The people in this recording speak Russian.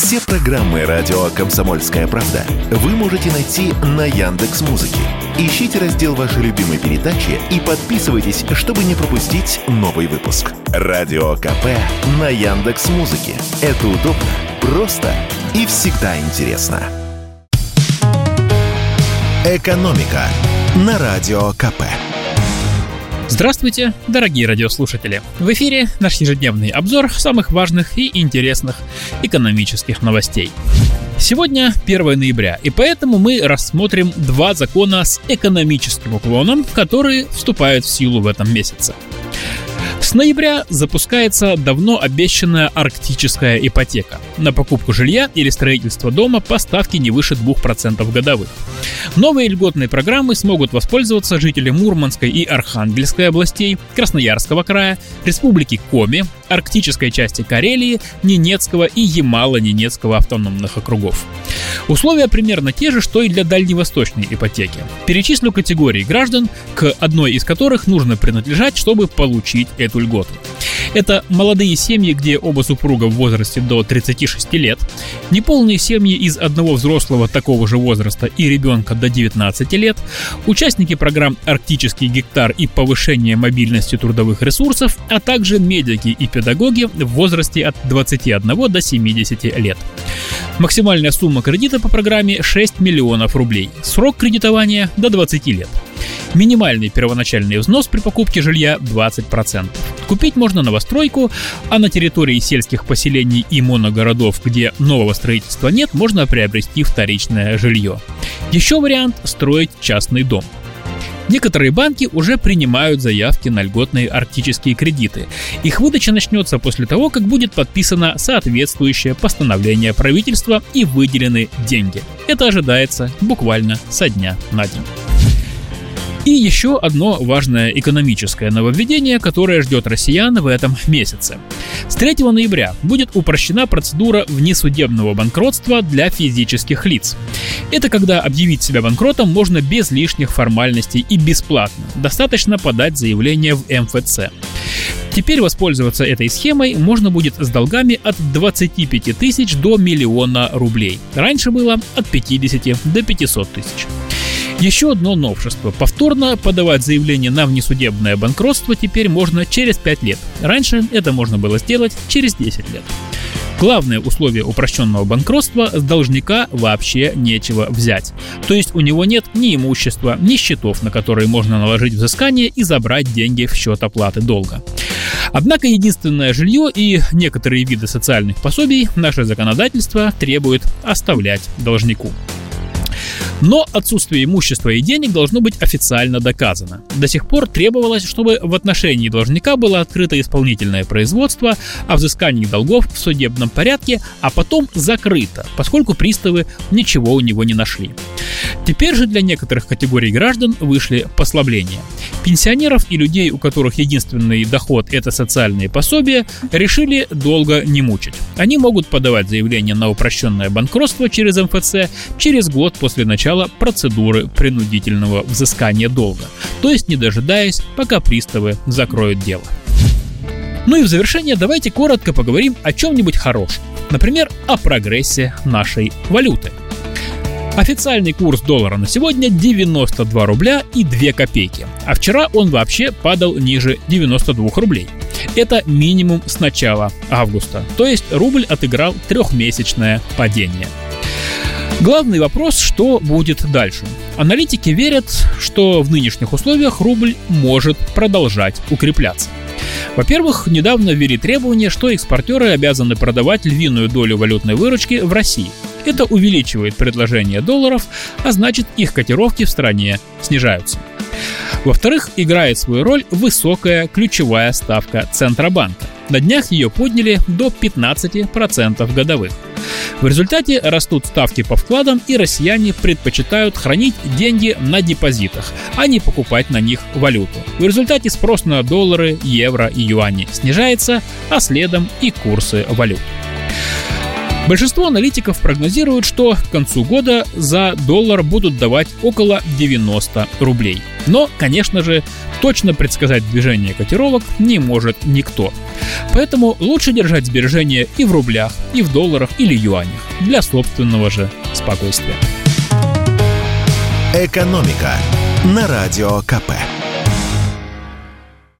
Все программы радио «Комсомольская правда» вы можете найти на Яндекс.Музыке. Ищите раздел вашей любимой передачи и подписывайтесь, чтобы не пропустить новый выпуск. Радио КП на Яндекс.Музыке. Это удобно, просто и всегда интересно. «Экономика» на Радио КП. Здравствуйте, дорогие радиослушатели! В эфире наш ежедневный обзор самых важных и интересных экономических новостей. Сегодня 1 ноября, и поэтому мы рассмотрим два закона с экономическим уклоном, которые вступают в силу в этом месяце. С ноября запускается давно обещанная арктическая ипотека на покупку жилья или строительство дома по ставке не выше 2% годовых. Новые льготные программы смогут воспользоваться жители Мурманской и Архангельской областей, Красноярского края, Республики Коми, арктической части Карелии, Ненецкого и Ямало-Ненецкого автономных округов. Условия примерно те же, что и для дальневосточной ипотеки. Перечислю категории граждан, к одной из которых нужно принадлежать, чтобы получить эту льготу. Это молодые семьи, где оба супруга в возрасте до 36 лет, неполные семьи из одного взрослого такого же возраста и ребенка до 19 лет, участники программ «Арктический гектар» и повышение мобильности трудовых ресурсов, а также медики и педагоги в возрасте от 21 до 70 лет. Максимальная сумма кредита по программе 6 миллионов рублей. Срок кредитования до 20 лет. Минимальный первоначальный взнос при покупке жилья 20%. Купить можно новостройку, а на территории сельских поселений и моногородов, где нового строительства нет, можно приобрести вторичное жилье. Еще вариант – строить частный дом. Некоторые банки уже принимают заявки на льготные арктические кредиты. Их выдача начнется после того, как будет подписано соответствующее постановление правительства и выделены деньги. Это ожидается буквально со дня на день. И еще одно важное экономическое нововведение, которое ждет россиян в этом месяце. С 3 ноября будет упрощена процедура внесудебного банкротства для физических лиц. Это когда объявить себя банкротом можно без лишних формальностей и бесплатно. Достаточно подать заявление в МФЦ. Теперь воспользоваться этой схемой можно будет с долгами от 25 тысяч до 1 миллиона рублей. Раньше было от 50 до 500 тысяч. Еще одно новшество. Повторно подавать заявление на внесудебное банкротство теперь можно через 5 лет. Раньше это можно было сделать через 10 лет. Главное условие упрощенного банкротства – с должника вообще нечего взять. То есть у него нет ни имущества, ни счетов, на которые можно наложить взыскание и забрать деньги в счет оплаты долга. Однако единственное жилье и некоторые виды социальных пособий наше законодательство требует оставлять должнику. Но отсутствие имущества и денег должно быть официально доказано. До сих пор требовалось, чтобы в отношении должника было открыто исполнительное производство о взыскании долгов в судебном порядке, а потом закрыто, поскольку приставы ничего у него не нашли. Теперь же для некоторых категорий граждан вышли послабления. Пенсионеров и людей, у которых единственный доход – это социальные пособия, решили долго не мучить. Они могут подавать заявление на упрощенное банкротство через МФЦ через год после начала процедуры принудительного взыскания долга, то есть не дожидаясь, пока приставы закроют дело. Ну и в завершение давайте коротко поговорим о чем-нибудь хорошем. Например, о прогрессе нашей валюты. Официальный курс доллара на сегодня 92 рубля и 2 копейки, а вчера он вообще падал ниже 92 рублей. Это минимум с начала августа, то есть рубль отыграл трехмесячное падение. Главный вопрос, что будет дальше. Аналитики верят, что в нынешних условиях рубль может продолжать укрепляться. Во-первых, недавно ввели требование, что экспортеры обязаны продавать львиную долю валютной выручки в России. Это увеличивает предложение долларов, а значит, их котировки в стране снижаются. Во-вторых, играет свою роль высокая ключевая ставка Центробанка. На днях ее подняли до 15% годовых. В результате растут ставки по вкладам, и россияне предпочитают хранить деньги на депозитах, а не покупать на них валюту. В результате спрос на доллары, евро и юани снижается, а следом и курсы валют. Большинство аналитиков прогнозируют, что к концу года за доллар будут давать около 90 рублей. Но, конечно же, точно предсказать движение котировок не может никто. Поэтому лучше держать сбережения и в рублях, и в долларах или юанях для собственного же спокойствия. «Экономика» на Радио КП.